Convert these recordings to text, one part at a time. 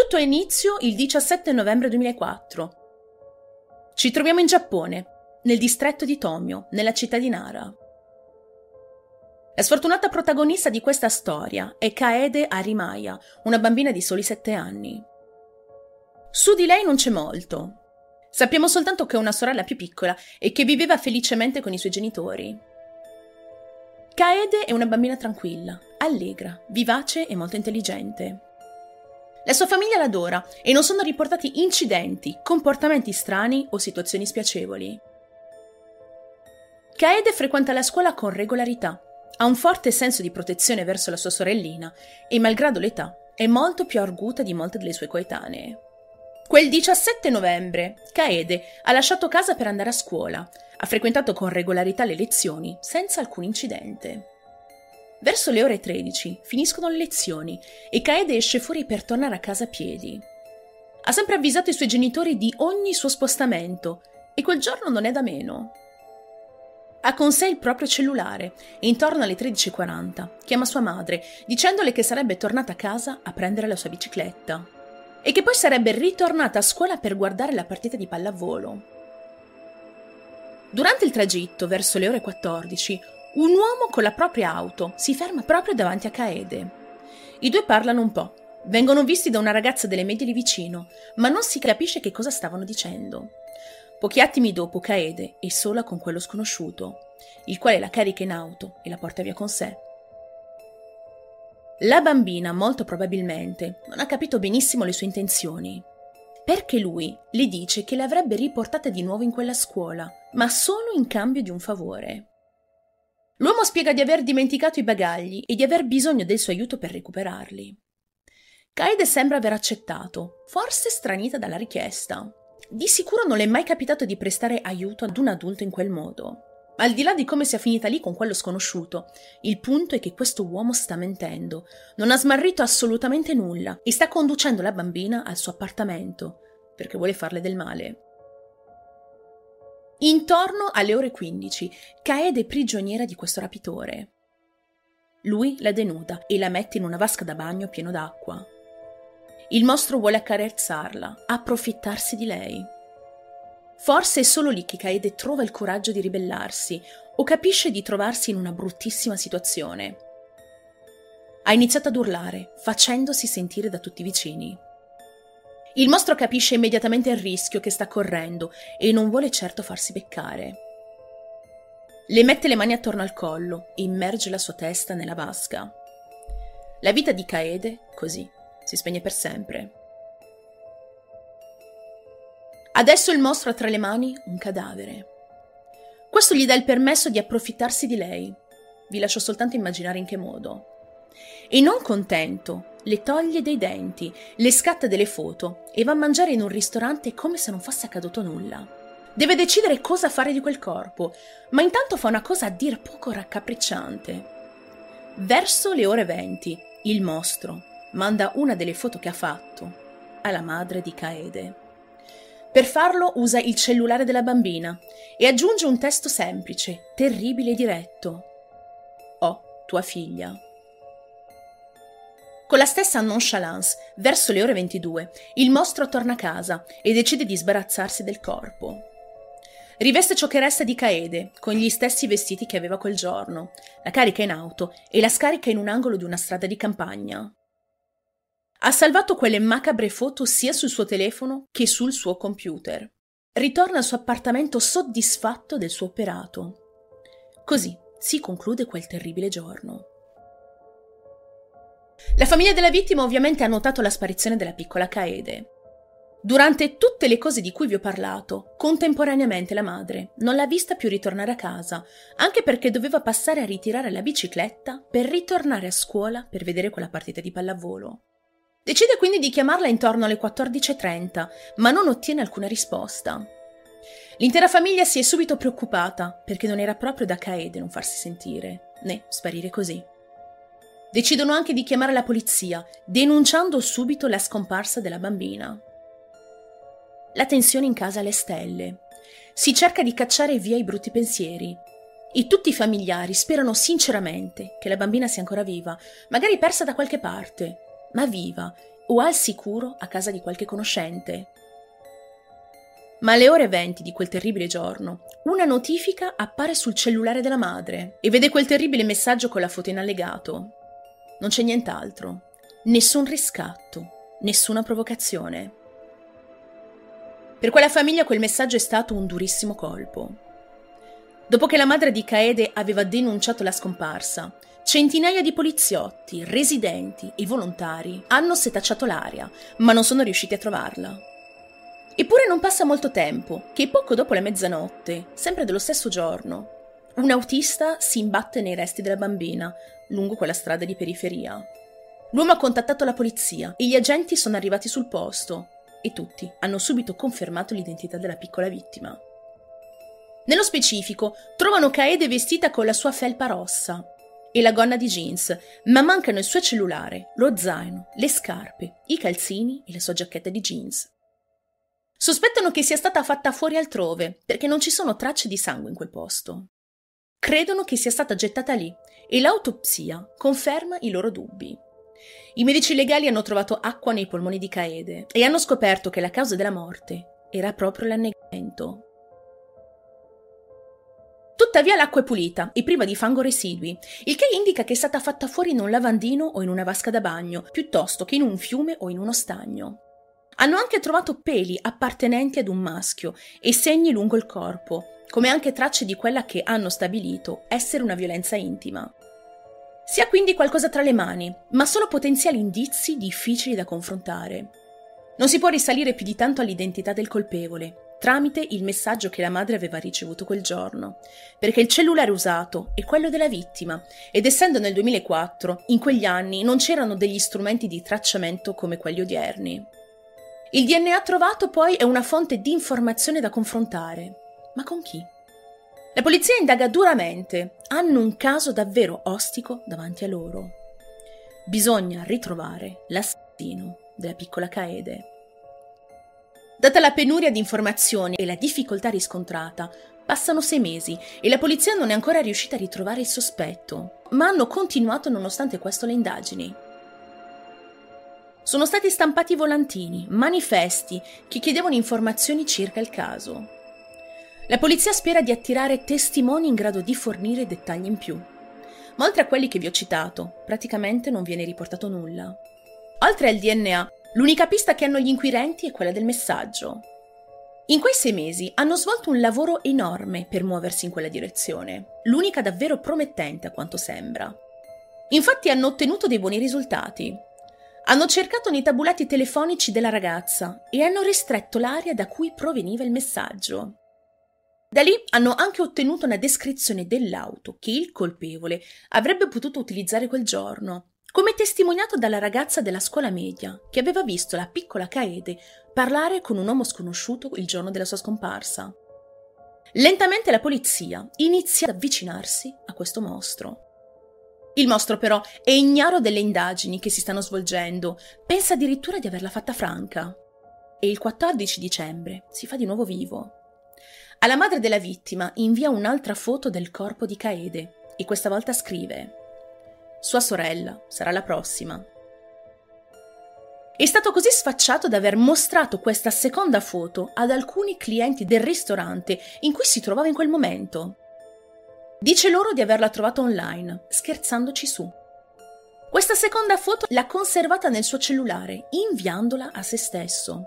Tutto ha inizio il 17 novembre 2004. Ci troviamo in Giappone, nel distretto di Tomio, nella città di Nara. La sfortunata protagonista di questa storia è Kaede Harimaya, una bambina di soli 7 anni. Su di lei non c'è molto. Sappiamo soltanto che ha una sorella più piccola e che viveva felicemente con i suoi genitori. Kaede è una bambina tranquilla, allegra, vivace e molto intelligente. La sua famiglia l'adora e non sono riportati incidenti, comportamenti strani o situazioni spiacevoli. Kaede frequenta la scuola con regolarità, ha un forte senso di protezione verso la sua sorellina e, malgrado l'età, è molto più arguta di molte delle sue coetanee. Quel 17 novembre, Kaede ha lasciato casa per andare a scuola, ha frequentato con regolarità le lezioni, senza alcun incidente. Verso le ore 13 finiscono le lezioni e Kaede esce fuori per tornare a casa a piedi. Ha sempre avvisato i suoi genitori di ogni suo spostamento e quel giorno non è da meno. Ha con sé il proprio cellulare e intorno alle 13:40 chiama sua madre dicendole che sarebbe tornata a casa a prendere la sua bicicletta e che poi sarebbe ritornata a scuola per guardare la partita di pallavolo. Durante il tragitto, verso le ore 14, un uomo con la propria auto si ferma proprio davanti a Kaede. I due parlano un po', vengono visti da una ragazza delle medie lì vicino, ma non si capisce che cosa stavano dicendo. Pochi attimi dopo Kaede è sola con quello sconosciuto, il quale la carica in auto e la porta via con sé. La bambina, molto probabilmente, non ha capito benissimo le sue intenzioni, perché lui le dice che le avrebbe riportate di nuovo in quella scuola, ma solo in cambio di un favore. L'uomo spiega di aver dimenticato i bagagli e di aver bisogno del suo aiuto per recuperarli. Kaede sembra aver accettato, forse stranita dalla richiesta. Di sicuro non le è mai capitato di prestare aiuto ad un adulto in quel modo. Al di là di come sia finita lì con quello sconosciuto, il punto è che questo uomo sta mentendo, non ha smarrito assolutamente nulla e sta conducendo la bambina al suo appartamento, perché vuole farle del male. Intorno alle ore 15, Kaede è prigioniera di questo rapitore. Lui la denuda e la mette in una vasca da bagno pieno d'acqua. Il mostro vuole accarezzarla, approfittarsi di lei. Forse è solo lì che Kaede trova il coraggio di ribellarsi o capisce di trovarsi in una bruttissima situazione. Ha iniziato ad urlare, facendosi sentire da tutti i vicini. Il mostro capisce immediatamente il rischio che sta correndo e non vuole certo farsi beccare. Le mette le mani attorno al collo e immerge la sua testa nella vasca. La vita di Kaede, così, si spegne per sempre. Adesso il mostro ha tra le mani un cadavere. Questo gli dà il permesso di approfittarsi di lei. Vi lascio soltanto immaginare in che modo. E non contento, le toglie dei denti, le scatta delle foto e va a mangiare in un ristorante come se non fosse accaduto nulla. Deve decidere cosa fare di quel corpo, ma intanto fa una cosa a dir poco raccapricciante. Verso le ore 20, il mostro manda una delle foto che ha fatto alla madre di Kaede. Per farlo usa il cellulare della bambina e aggiunge un testo semplice, terribile e diretto. «Oh, tua figlia». Con la stessa nonchalance, verso le ore 22, il mostro torna a casa e decide di sbarazzarsi del corpo. Riveste ciò che resta di Kaede, con gli stessi vestiti che aveva quel giorno, la carica in auto e la scarica in un angolo di una strada di campagna. Ha salvato quelle macabre foto sia sul suo telefono che sul suo computer. Ritorna al suo appartamento soddisfatto del suo operato. Così si conclude quel terribile giorno. La famiglia della vittima ovviamente ha notato la sparizione della piccola Kaede. Durante tutte le cose di cui vi ho parlato, contemporaneamente la madre non l'ha vista più ritornare a casa, anche perché doveva passare a ritirare la bicicletta per ritornare a scuola per vedere quella partita di pallavolo. Decide quindi di chiamarla intorno alle 14:30, ma non ottiene alcuna risposta. L'intera famiglia si è subito preoccupata, perché non era proprio da Kaede non farsi sentire, né sparire così. Decidono anche di chiamare la polizia, denunciando subito la scomparsa della bambina. La tensione in casa alle stelle. Si cerca di cacciare via i brutti pensieri. E tutti i familiari sperano sinceramente che la bambina sia ancora viva, magari persa da qualche parte, ma viva, o al sicuro a casa di qualche conoscente. Ma alle ore 20 di quel terribile giorno, una notifica appare sul cellulare della madre e vede quel terribile messaggio con la foto in allegato. Non c'è nient'altro, nessun riscatto, nessuna provocazione. Per quella famiglia quel messaggio è stato un durissimo colpo. Dopo che la madre di Kaede aveva denunciato la scomparsa, centinaia di poliziotti, residenti e volontari hanno setacciato l'area, ma non sono riusciti a trovarla. Eppure non passa molto tempo, che poco dopo la mezzanotte, sempre dello stesso giorno, un autista si imbatte nei resti della bambina, lungo quella strada di periferia. L'uomo ha contattato la polizia e gli agenti sono arrivati sul posto e tutti hanno subito confermato l'identità della piccola vittima. Nello specifico, trovano Kaede vestita con la sua felpa rossa e la gonna di jeans, ma mancano il suo cellulare, lo zaino, le scarpe, i calzini e la sua giacchetta di jeans. Sospettano che sia stata fatta fuori altrove, perché non ci sono tracce di sangue in quel posto. Credono che sia stata gettata lì e l'autopsia conferma i loro dubbi. I medici legali hanno trovato acqua nei polmoni di Kaede e hanno scoperto che la causa della morte era proprio l'annegamento. Tuttavia l'acqua è pulita e priva di fango residui, il che indica che è stata fatta fuori in un lavandino o in una vasca da bagno, piuttosto che in un fiume o in uno stagno. Hanno anche trovato peli appartenenti ad un maschio e segni lungo il corpo, come anche tracce di quella che hanno stabilito essere una violenza intima. Si ha quindi qualcosa tra le mani, ma solo potenziali indizi difficili da confrontare. Non si può risalire più di tanto all'identità del colpevole, tramite il messaggio che la madre aveva ricevuto quel giorno, perché il cellulare usato è quello della vittima, ed essendo nel 2004, in quegli anni non c'erano degli strumenti di tracciamento come quelli odierni. Il DNA trovato poi è una fonte di informazione da confrontare. Ma con chi? La polizia indaga duramente. Hanno un caso davvero ostico davanti a loro. Bisogna ritrovare l'assassino della piccola Kaede. Data la penuria di informazioni e la difficoltà riscontrata, passano 6 mesi e la polizia non è ancora riuscita a ritrovare il sospetto, ma hanno continuato nonostante questo le indagini. Sono stati stampati volantini, manifesti che chiedevano informazioni circa il caso. La polizia spera di attirare testimoni in grado di fornire dettagli in più. Ma oltre a quelli che vi ho citato, praticamente non viene riportato nulla. Oltre al DNA, l'unica pista che hanno gli inquirenti è quella del messaggio. In quei 6 mesi hanno svolto un lavoro enorme per muoversi in quella direzione, l'unica davvero promettente a quanto sembra. Infatti hanno ottenuto dei buoni risultati. Hanno cercato nei tabulati telefonici della ragazza e hanno ristretto l'area da cui proveniva il messaggio. Da lì hanno anche ottenuto una descrizione dell'auto che il colpevole avrebbe potuto utilizzare quel giorno, come testimoniato dalla ragazza della scuola media che aveva visto la piccola Kaede parlare con un uomo sconosciuto il giorno della sua scomparsa. Lentamente la polizia inizia ad avvicinarsi a questo mostro. Il mostro però è ignaro delle indagini che si stanno svolgendo, pensa addirittura di averla fatta franca. E il 14 dicembre si fa di nuovo vivo. Alla madre della vittima invia un'altra foto del corpo di Kaede e questa volta scrive: «Sua sorella sarà la prossima». È stato così sfacciato da aver mostrato questa seconda foto ad alcuni clienti del ristorante in cui si trovava in quel momento. Dice loro di averla trovata online, scherzandoci su. Questa seconda foto l'ha conservata nel suo cellulare, inviandola a se stesso.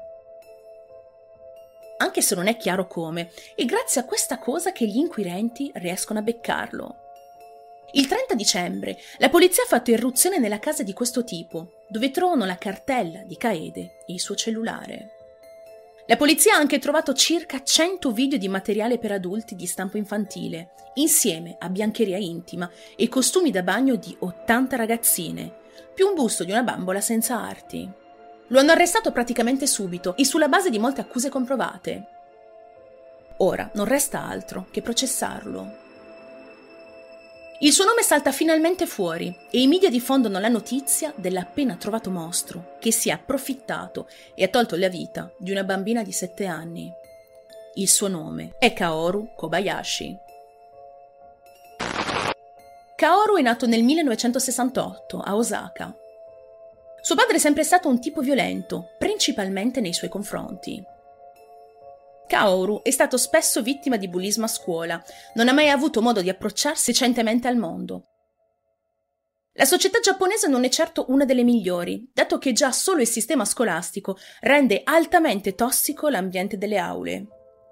Anche se non è chiaro come, è grazie a questa cosa che gli inquirenti riescono a beccarlo. Il 30 dicembre la polizia ha fatto irruzione nella casa di questo tipo, dove trovano la cartella di Kaede e il suo cellulare. La polizia ha anche trovato circa 100 video di materiale per adulti di stampo infantile, insieme a biancheria intima e costumi da bagno di 80 ragazzine, più un busto di una bambola senza arti. Lo hanno arrestato praticamente subito e sulla base di molte accuse comprovate. Ora non resta altro che processarlo. Il suo nome salta finalmente fuori e i media diffondono la notizia dell'appena trovato mostro che si è approfittato e ha tolto la vita di una bambina di 7 anni. Il suo nome è Kaoru Kobayashi. Kaoru è nato nel 1968 a Osaka. Suo padre è sempre stato un tipo violento, principalmente nei suoi confronti. Kaoru è stato spesso vittima di bullismo a scuola, non ha mai avuto modo di approcciarsi decentemente al mondo. La società giapponese non è certo una delle migliori, dato che già solo il sistema scolastico rende altamente tossico l'ambiente delle aule.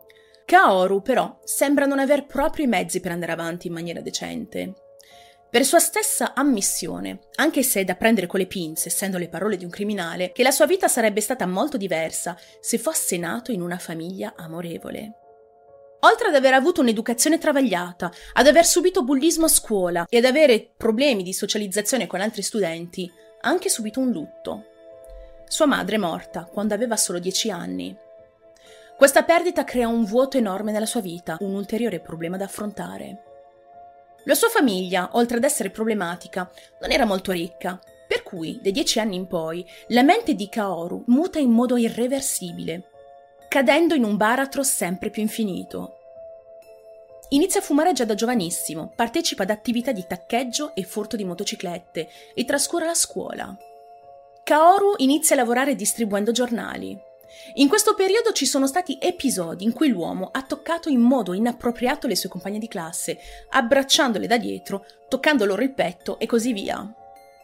Kaoru, però, sembra non aver proprio i mezzi per andare avanti in maniera decente. Per sua stessa ammissione, anche se è da prendere con le pinze, essendo le parole di un criminale, che la sua vita sarebbe stata molto diversa se fosse nato in una famiglia amorevole. Oltre ad aver avuto un'educazione travagliata, ad aver subito bullismo a scuola e ad avere problemi di socializzazione con altri studenti, ha anche subito un lutto. Sua madre è morta quando aveva solo 10 anni. Questa perdita crea un vuoto enorme nella sua vita, un ulteriore problema da affrontare. La sua famiglia, oltre ad essere problematica, non era molto ricca, per cui, dai 10 anni in poi, la mente di Kaoru muta in modo irreversibile, cadendo in un baratro sempre più infinito. Inizia a fumare già da giovanissimo, partecipa ad attività di taccheggio e furto di motociclette e trascura la scuola. Kaoru inizia a lavorare distribuendo giornali. In questo periodo ci sono stati episodi in cui l'uomo ha toccato in modo inappropriato le sue compagne di classe, abbracciandole da dietro, toccando loro il petto e così via.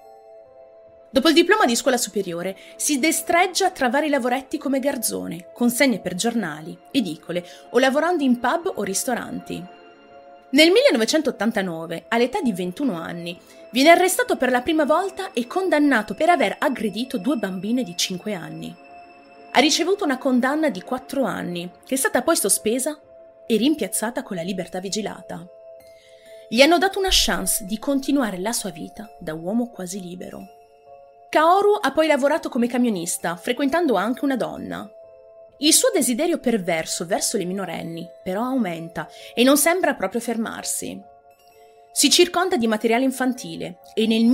Dopo il diploma di scuola superiore si destreggia tra vari lavoretti come garzone, consegne per giornali, edicole o lavorando in pub o ristoranti. Nel 1989, all'età di 21 anni, viene arrestato per la prima volta e condannato per aver aggredito 2 bambine di 5 anni. Ha ricevuto una condanna di 4 anni, che è stata poi sospesa e rimpiazzata con la libertà vigilata. Gli hanno dato una chance di continuare la sua vita da uomo quasi libero. Kaoru ha poi lavorato come camionista, frequentando anche una donna. Il suo desiderio perverso verso le minorenni, però, aumenta e non sembra proprio fermarsi. Si circonda di materiale infantile e nel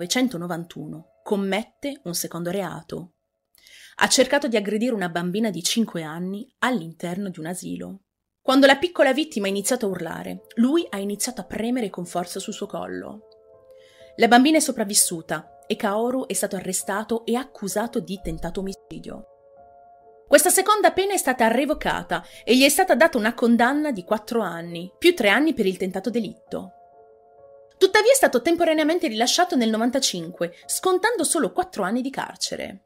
1991 commette un secondo reato. Ha cercato di aggredire una bambina di 5 anni all'interno di un asilo. Quando la piccola vittima ha iniziato a urlare, lui ha iniziato a premere con forza sul suo collo. La bambina è sopravvissuta e Kaoru è stato arrestato e accusato di tentato omicidio. Questa seconda pena è stata revocata e gli è stata data una condanna di 4 anni, più 3 anni per il tentato delitto. Tuttavia è stato temporaneamente rilasciato nel 1995, scontando solo 4 anni di carcere.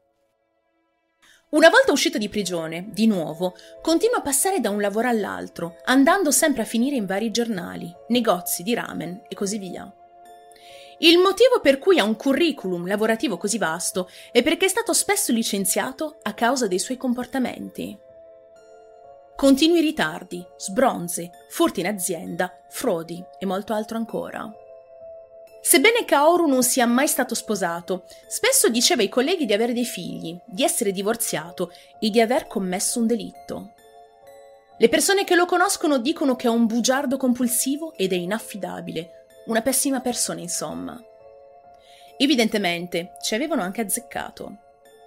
Una volta uscito di prigione, di nuovo, continua a passare da un lavoro all'altro, andando sempre a finire in vari giornali, negozi di ramen e così via. Il motivo per cui ha un curriculum lavorativo così vasto è perché è stato spesso licenziato a causa dei suoi comportamenti. Continui ritardi, sbronze, furti in azienda, frodi e molto altro ancora. Sebbene Kaoru non sia mai stato sposato, spesso diceva ai colleghi di avere dei figli, di essere divorziato e di aver commesso un delitto. Le persone che lo conoscono dicono che è un bugiardo compulsivo ed è inaffidabile, una pessima persona, insomma. Evidentemente ci avevano anche azzeccato.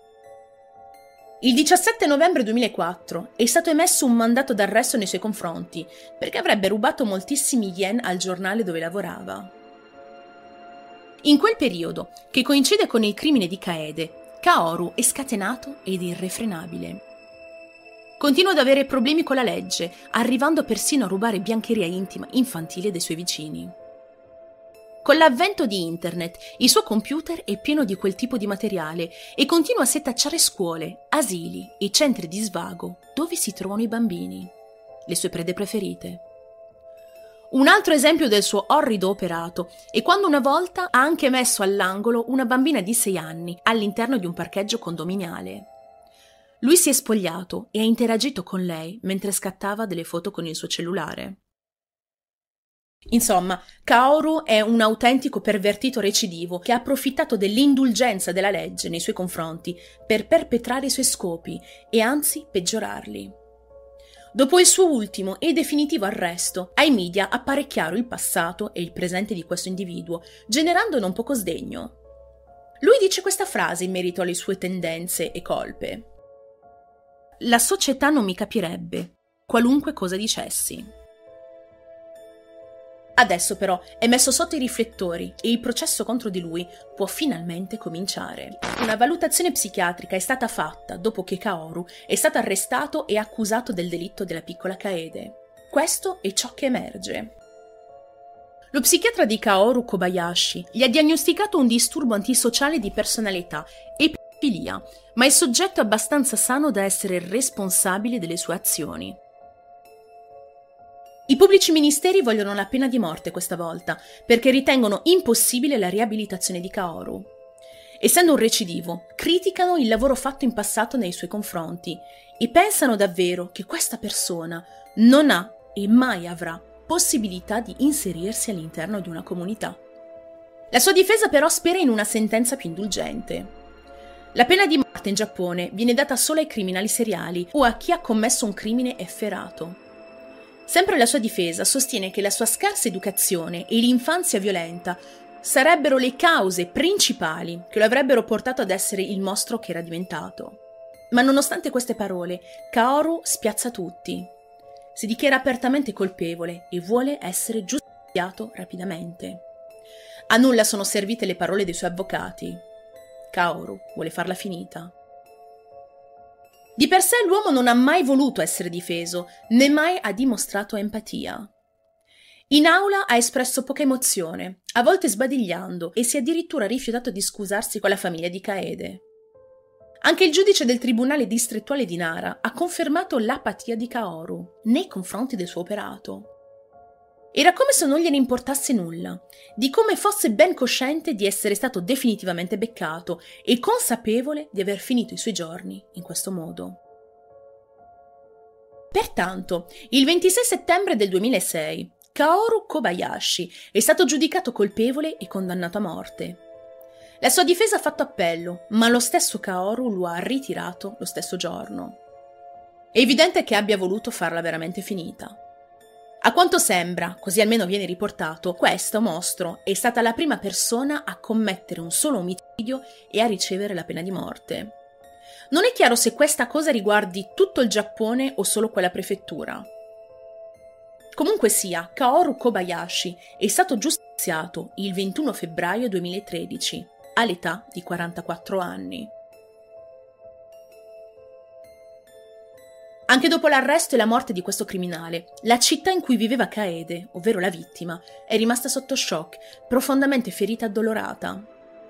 Il 17 novembre 2004 è stato emesso un mandato d'arresto nei suoi confronti perché avrebbe rubato moltissimi yen al giornale dove lavorava. In quel periodo, che coincide con il crimine di Kaede, Kaoru è scatenato ed irrefrenabile. Continua ad avere problemi con la legge, arrivando persino a rubare biancheria intima infantile dei suoi vicini. Con l'avvento di internet, il suo computer è pieno di quel tipo di materiale e continua a setacciare scuole, asili e centri di svago dove si trovano i bambini, le sue prede preferite. Un altro esempio del suo orrido operato è quando una volta ha anche messo all'angolo una bambina di 6 anni all'interno di un parcheggio condominiale. Lui si è spogliato e ha interagito con lei mentre scattava delle foto con il suo cellulare. Insomma, Kaoru è un autentico pervertito recidivo che ha approfittato dell'indulgenza della legge nei suoi confronti per perpetrare i suoi scopi e anzi peggiorarli. Dopo il suo ultimo e definitivo arresto, ai media appare chiaro il passato e il presente di questo individuo, generando non poco sdegno. Lui dice questa frase in merito alle sue tendenze e colpe. La società non mi capirebbe, qualunque cosa dicessi. Adesso però è messo sotto i riflettori e il processo contro di lui può finalmente cominciare. Una valutazione psichiatrica è stata fatta dopo che Kaoru è stato arrestato e accusato del delitto della piccola Kaede. Questo è ciò che emerge. Lo psichiatra di Kaoru Kobayashi gli ha diagnosticato un disturbo antisociale di personalità e pedofilia, ma il soggetto è abbastanza sano da essere responsabile delle sue azioni. I pubblici ministeri vogliono la pena di morte questa volta, perché ritengono impossibile la riabilitazione di Kaoru. Essendo un recidivo, criticano il lavoro fatto in passato nei suoi confronti e pensano davvero che questa persona non ha e mai avrà possibilità di inserirsi all'interno di una comunità. La sua difesa però spera in una sentenza più indulgente. La pena di morte in Giappone viene data solo ai criminali seriali o a chi ha commesso un crimine efferato. Sempre la sua difesa sostiene che la sua scarsa educazione e l'infanzia violenta sarebbero le cause principali che lo avrebbero portato ad essere il mostro che era diventato. Ma nonostante queste parole, Kaoru spiazza tutti. Si dichiara apertamente colpevole e vuole essere giustiziato rapidamente. A nulla sono servite le parole dei suoi avvocati. Kaoru vuole farla finita. Di per sé l'uomo non ha mai voluto essere difeso, né mai ha dimostrato empatia. In aula ha espresso poca emozione, a volte sbadigliando, e si è addirittura rifiutato di scusarsi con la famiglia di Kaede. Anche il giudice del tribunale distrettuale di Nara ha confermato l'apatia di Kaoru nei confronti del suo operato. Era come se non gliene importasse nulla, di come fosse ben cosciente di essere stato definitivamente beccato e consapevole di aver finito i suoi giorni in questo modo. Pertanto, il 26 settembre del 2006, Kaoru Kobayashi è stato giudicato colpevole e condannato a morte. La sua difesa ha fatto appello, ma lo stesso Kaoru lo ha ritirato lo stesso giorno. È evidente che abbia voluto farla veramente finita. A quanto sembra, così almeno viene riportato, questo mostro è stata la prima persona a commettere un solo omicidio e a ricevere la pena di morte. Non è chiaro se questa cosa riguardi tutto il Giappone o solo quella prefettura. Comunque sia, Kaoru Kobayashi è stato giustiziato il 21 febbraio 2013, all'età di 44 anni. Anche dopo l'arresto e la morte di questo criminale, la città in cui viveva Kaede, ovvero la vittima, è rimasta sotto shock, profondamente ferita e addolorata.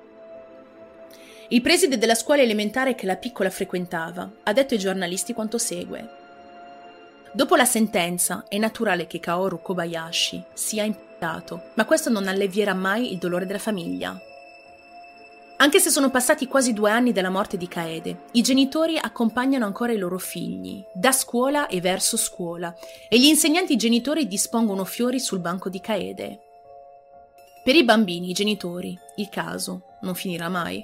Il preside della scuola elementare che la piccola frequentava ha detto ai giornalisti quanto segue. Dopo la sentenza è naturale che Kaoru Kobayashi sia imputato, ma questo non allevierà mai il dolore della famiglia. Anche se sono passati quasi 2 anni dalla morte di Kaede, i genitori accompagnano ancora i loro figli, da scuola e verso scuola, e gli insegnanti genitori dispongono fiori sul banco di Kaede. Per i bambini, i genitori, il caso non finirà mai.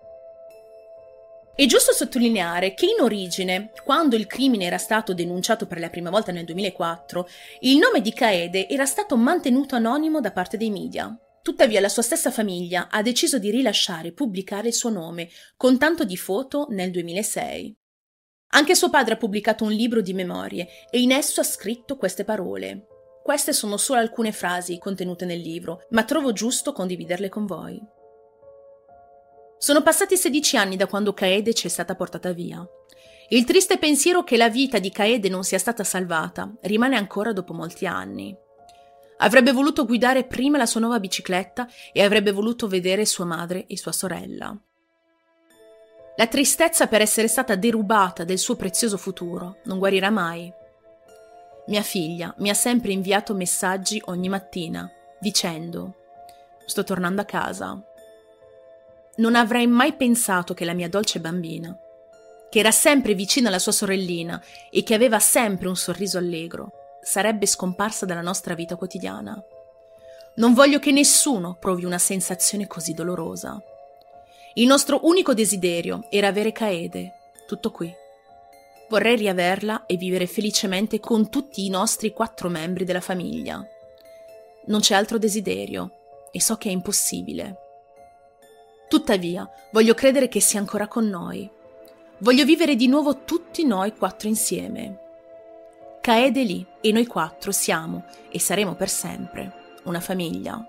È giusto sottolineare che in origine, quando il crimine era stato denunciato per la prima volta nel 2004, il nome di Kaede era stato mantenuto anonimo da parte dei media. Tuttavia la sua stessa famiglia ha deciso di rilasciare e pubblicare il suo nome con tanto di foto nel 2006. Anche suo padre ha pubblicato un libro di memorie e in esso ha scritto queste parole. Queste sono solo alcune frasi contenute nel libro, ma trovo giusto condividerle con voi. Sono passati 16 anni da quando Kaede ci è stata portata via. Il triste pensiero che la vita di Kaede non sia stata salvata rimane ancora dopo molti anni. Avrebbe voluto guidare prima la sua nuova bicicletta e avrebbe voluto vedere sua madre e sua sorella. La tristezza per essere stata derubata del suo prezioso futuro non guarirà mai. Mia figlia mi ha sempre inviato messaggi ogni mattina, dicendo: «Sto tornando a casa». Non avrei mai pensato che la mia dolce bambina, che era sempre vicina alla sua sorellina e che aveva sempre un sorriso allegro, sarebbe scomparsa dalla nostra vita quotidiana. Non voglio che nessuno provi una sensazione così dolorosa. Il nostro unico desiderio era avere Kaede, tutto qui. Vorrei riaverla e vivere felicemente con tutti i nostri 4 membri della famiglia. Non c'è altro desiderio e so che è impossibile. Tuttavia, voglio credere che sia ancora con noi. Voglio vivere di nuovo tutti noi 4 insieme. Kaede lì e noi 4 siamo e saremo per sempre una famiglia.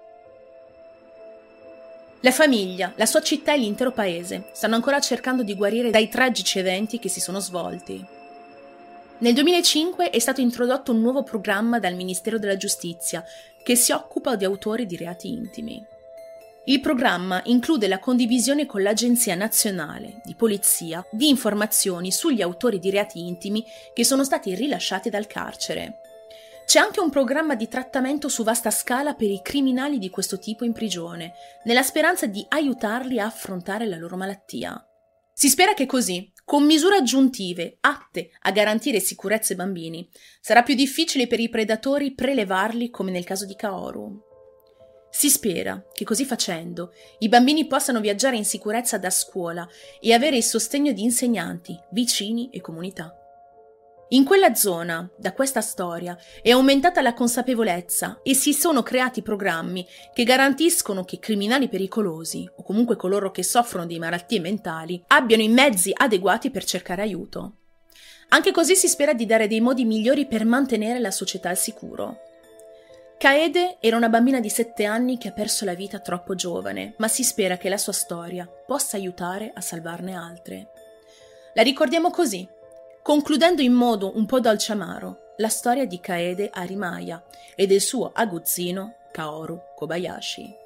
La famiglia, la sua città e l'intero paese stanno ancora cercando di guarire dai tragici eventi che si sono svolti. Nel 2005 è stato introdotto un nuovo programma dal Ministero della Giustizia che si occupa di autori di reati intimi. Il programma include la condivisione con l'Agenzia Nazionale di Polizia di informazioni sugli autori di reati intimi che sono stati rilasciati dal carcere. C'è anche un programma di trattamento su vasta scala per i criminali di questo tipo in prigione, nella speranza di aiutarli a affrontare la loro malattia. Si spera che così, con misure aggiuntive atte a garantire sicurezza ai bambini, sarà più difficile per i predatori prelevarli come nel caso di Kaoru. Si spera che così facendo i bambini possano viaggiare in sicurezza da scuola e avere il sostegno di insegnanti, vicini e comunità. In quella zona, da questa storia, è aumentata la consapevolezza e si sono creati programmi che garantiscono che criminali pericolosi, o comunque coloro che soffrono di malattie mentali, abbiano i mezzi adeguati per cercare aiuto. Anche così si spera di dare dei modi migliori per mantenere la società al sicuro. Kaede era una bambina di 7 anni che ha perso la vita troppo giovane, ma si spera che la sua storia possa aiutare a salvarne altre. La ricordiamo così, concludendo in modo un po' dolce amaro la storia di Kaede Harimaya e del suo aguzzino Kaoru Kobayashi.